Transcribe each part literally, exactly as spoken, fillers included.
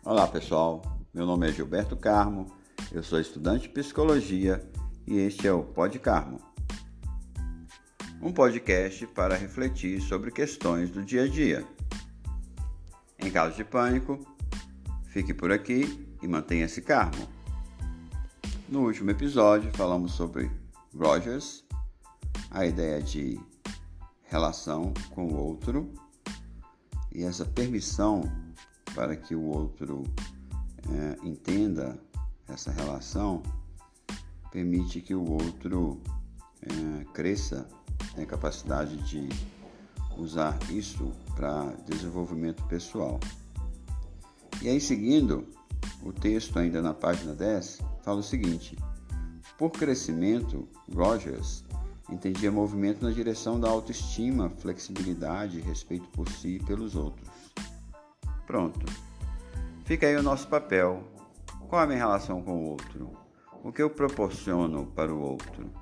Olá pessoal, meu nome é Gilberto Carmo, eu sou estudante de psicologia e este é o Pod Carmo, um podcast para refletir sobre questões do dia a dia. Em caso de pânico, fique por aqui e mantenha-se calmo. No último episódio falamos sobre Rogers, a ideia de relação com o outro e essa permissão para que o outro é, entenda essa relação, permite que o outro é, cresça, tenha capacidade de usar isso para desenvolvimento pessoal. E aí, seguindo, o texto ainda na página dez, fala o seguinte: por crescimento, Rogers entendia movimento na direção da autoestima, flexibilidade e respeito por si e pelos outros. Pronto. Fica aí o nosso papel. Qual é a minha relação com o outro? O que eu proporciono para o outro?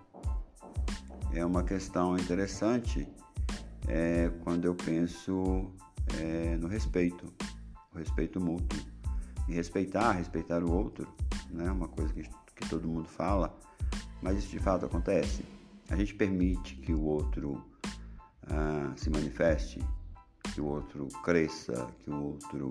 É uma questão interessante é, quando eu penso é, no respeito, o respeito mútuo. E respeitar, respeitar o outro, né? Uma coisa que, que todo mundo fala, mas isso de fato acontece. A gente permite que o outro ah, se manifeste, que o outro cresça, que o outro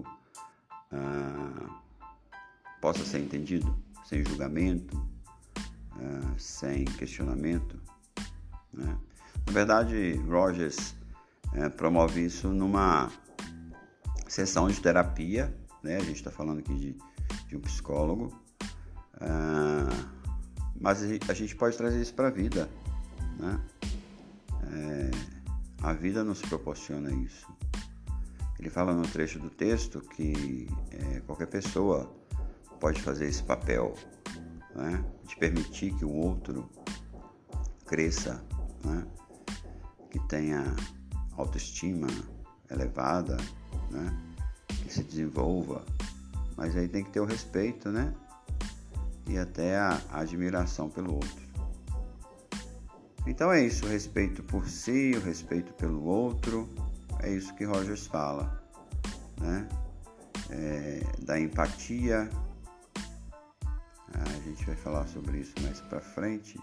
ah, possa ser entendido, sem julgamento, ah, sem questionamento, né? Na verdade, Rogers eh, promove isso numa sessão de terapia, né? A gente está falando aqui de, de um psicólogo, ah, mas a gente pode trazer isso para a vida, né? É, a vida nos proporciona isso. Ele fala no trecho do texto que é, qualquer pessoa pode fazer esse papel, né? De permitir que o outro cresça, né? Que tenha autoestima elevada, né? Que se desenvolva, mas aí tem que ter o respeito, né? E até a, a admiração pelo outro. Então é isso, o respeito por si, o respeito pelo outro. É isso que Rogers fala, né? É, da empatia. A gente vai falar sobre isso mais pra frente.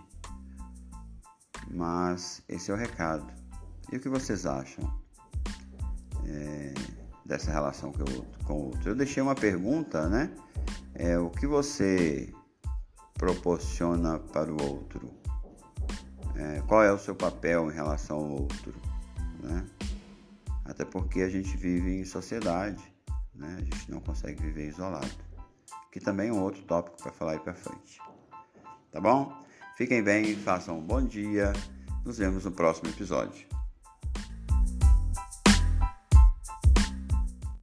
Mas esse é o recado. E o que vocês acham é, dessa relação com o, outro, com o outro? Eu deixei uma pergunta, né? É, o que você proporciona para o outro? É, qual é o seu papel em relação ao outro, né? Até porque a gente vive em sociedade, né? A gente não consegue viver isolado. Que também é um outro tópico para falar aí para frente. Tá bom? Fiquem bem, façam um bom dia. Nos vemos no próximo episódio.